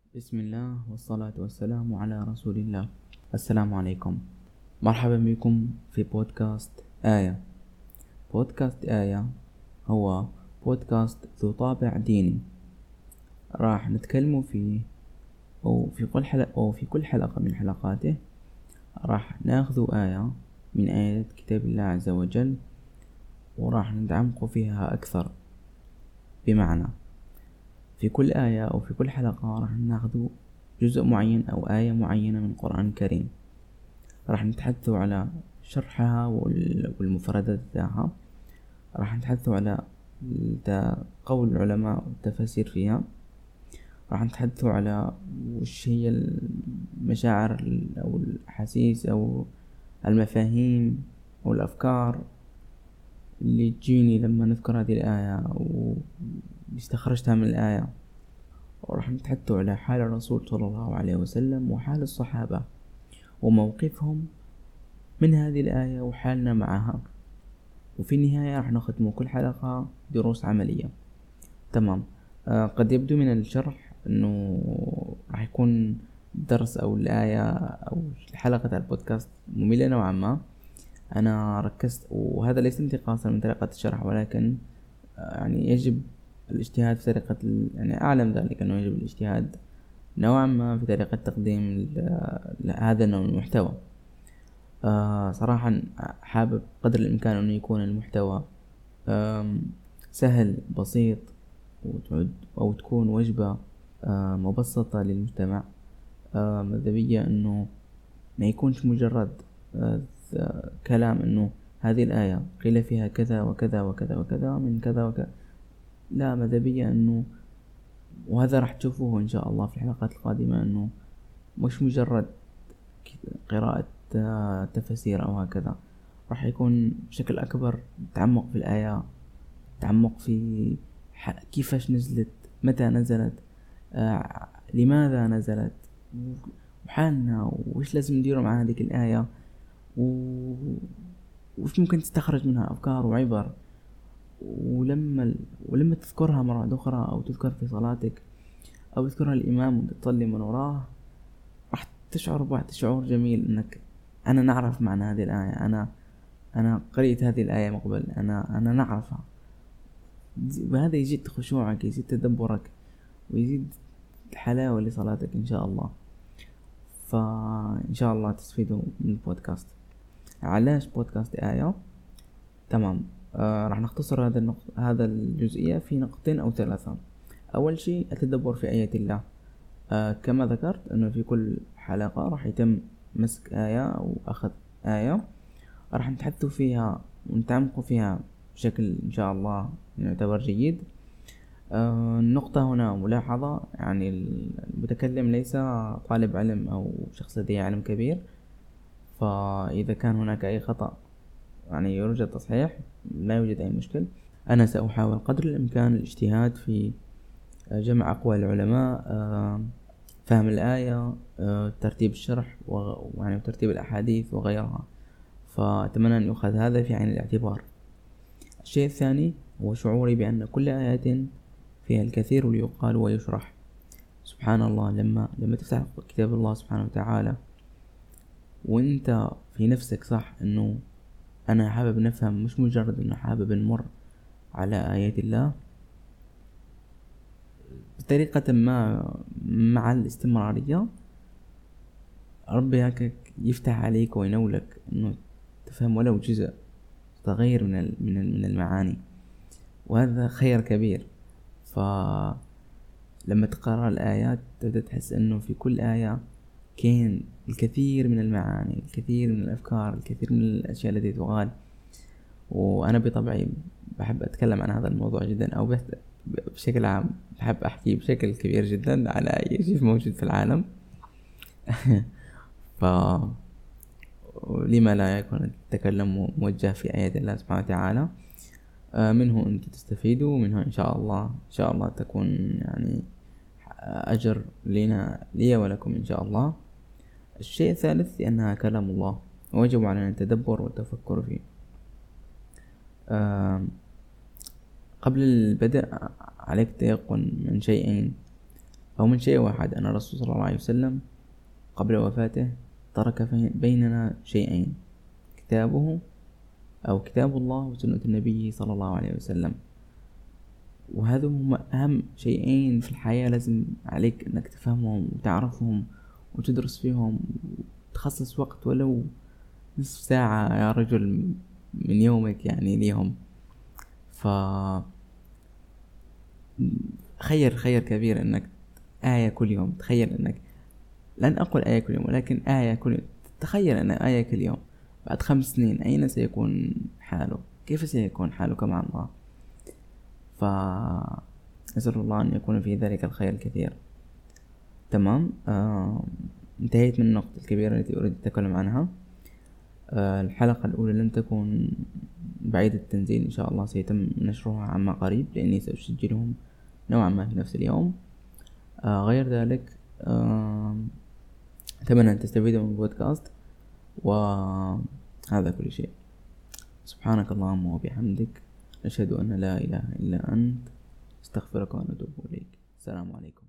بسم الله والصلاة والسلام على رسول الله. السلام عليكم، مرحبا بكم في بودكاست آية. بودكاست آية هو بودكاست ذو طابع ديني، راح نتكلم فيه أو في كل حلقة من حلقاته راح ناخذ آية من آيات كتاب الله عز وجل وراح نتعمق فيها أكثر. بمعنى في كل آية أو في كل حلقة راح ناخذ جزء معين أو آية معينة من القرآن الكريم، راح نتحدث على شرحها والمفردات تاعها، راح نتحدث على قول العلماء والتفاسير فيها، راح نتحدث على وش هي المشاعر أو الأحاسيس أو المفاهيم أو الأفكار اللي تجيني لما نذكر هذه الآية أو استخرجتها من الآية. وراح نتحدث على حال الرسول صلى الله عليه وسلم وحال الصحابة وموقفهم من هذه الآية وحالنا معها. وفي النهاية راح نختم كل حلقة دروس عملية. تمام. قد يبدو من الشرح أنه راح يكون درس أو الآية أو حلقة البودكاست مملة نوعا ما. أنا ركزت، وهذا ليس انتقاصا من طريقة الشرح، ولكن يعني يجب الاجتهاد في طريقة يعني أعلم ذلك أنه يجب الاجتهاد نوعا ما في طريقة تقديم هذا النوع من المحتوى. صراحة حابب قدر الإمكان أنه يكون المحتوى سهل بسيط أو تكون وجبة مبسطة للمجتمع. ماذا بيا أنه ما يكونش مجرد كلام أنه هذه الآية قيل فيها كذا وكذا وكذا وكذا من كذا وكذا. لا، ماذا بيا أنه، وهذا راح تشوفوه إن شاء الله في الحلقات القادمة، أنه مش مجرد قراءة تفسير أو هكذا، راح يكون بشكل أكبر تعمق في الآية، تعمق في كيفاش نزلت، متى نزلت، لماذا نزلت، وحالنا وإيش لازم نديره مع هذه الآية، وإيش ممكن تستخرج منها أفكار وعبر. ولما تذكرها مرة أخرى أو تذكر في صلاتك أو تذكرها الإمام وتصلي من وراه، راح تشعر بعد شعور جميل إنك أنا نعرف معنى هذه الآية، أنا قرأت هذه الآية مقبل، أنا نعرفها. وهذا يزيد خشوعك، يزيد تدبرك، ويزيد حلاوة لصلاتك إن شاء الله. فإن شاء الله تستفيدوا من البودكاست. علاش بودكاست آية؟ تمام. راح نختصر هذا الجزئية في نقطتين أو ثلاثة. أول شيء التدبر في آيات الله. كما ذكرت أنه في كل حلقة راح يتم مسك آية أو أخذ آية، راح نتحدث فيها ونتعمق فيها بشكل إن شاء الله يعتبر جيد. النقطة هنا ملاحظة، يعني المتكلم ليس طالب علم أو شخص لديه علم كبير، فإذا كان هناك أي خطأ يعني يرجى تصحيح، لا يوجد أي مشكل. أنا سأحاول قدر الإمكان الاجتهاد في جمع أقوال العلماء، فهم الآية، ترتيب الشرح ويعني ترتيب الأحاديث وغيرها. فأتمنى أن يؤخذ هذا في عين الاعتبار. الشيء الثاني هو شعوري بأن كل آية فيها الكثير ليقال ويشرح. سبحان الله، لما تفتح كتاب الله سبحانه وتعالى وانت في نفسك صح انه انا حابب نفهم، مش مجرد انه حابب نمر على آيات الله بطريقة ما مع الاستمرارية، ربي هكذا يفتح عليك وينولك انه تفهم ولو جزء صغير من المعاني، وهذا خير كبير. فلما تقرأ الآيات تبدأ تحس انه في كل آية كان الكثير من المعاني، الكثير من الأفكار، الكثير من الأشياء التي تقال. وأنا بطبعي بحب أتكلم عن هذا الموضوع جدا، أو بشكل عام بحب أحكي بشكل كبير جدا على أي شيء موجود في العالم. لما لا يكون التكلم موجه في آيات الله سبحانه وتعالى. منه أنت تستفيدوا، ومنه إن شاء الله تكون يعني أجر لي ولكم إن شاء الله. الشيء الثالث لأنها كلام الله ويجب علينا التدبر والتفكر فيه. قبل البدء عليك تيقن من شيئين. أو من شيء واحد، أن الرسول صلى الله عليه وسلم قبل وفاته ترك بيننا شيئين: كتابه أو كتاب الله وسنة النبي صلى الله عليه وسلم. وهذا هم أهم شيئين في الحياة، لازم عليك أنك تفهمهم وتعرفهم وتدرس فيهم وتخصص وقت ولو نصف ساعة يا رجل من يومك يعني ليهم. خير كبير أنك آية كل يوم. تخيل أنك، لن أقول آية كل يوم، ولكن آية كل يوم. تخيل أن آية كل يوم بعد 5 سنين أين سيكون حاله؟ كيف سيكون حالك مع الله؟ فأسأل الله أن يكون في ذلك الخير الكثير. تمام. انتهيت من النقطة الكبيرة التي أريد أتكلم عنها. الحلقة الأولى لن تكون بعيدة التنزيل، إن شاء الله سيتم نشرها عما قريب، لأني سأسجلهم نوعا ما في نفس اليوم. غير ذلك أتمنى أن تستفيدوا من البودكاست، وهذا كل شيء. سبحانك اللهم وبحمدك، نشهد أن لا إله إلا أنت، استغفرك ونتوب إليك. السلام عليكم.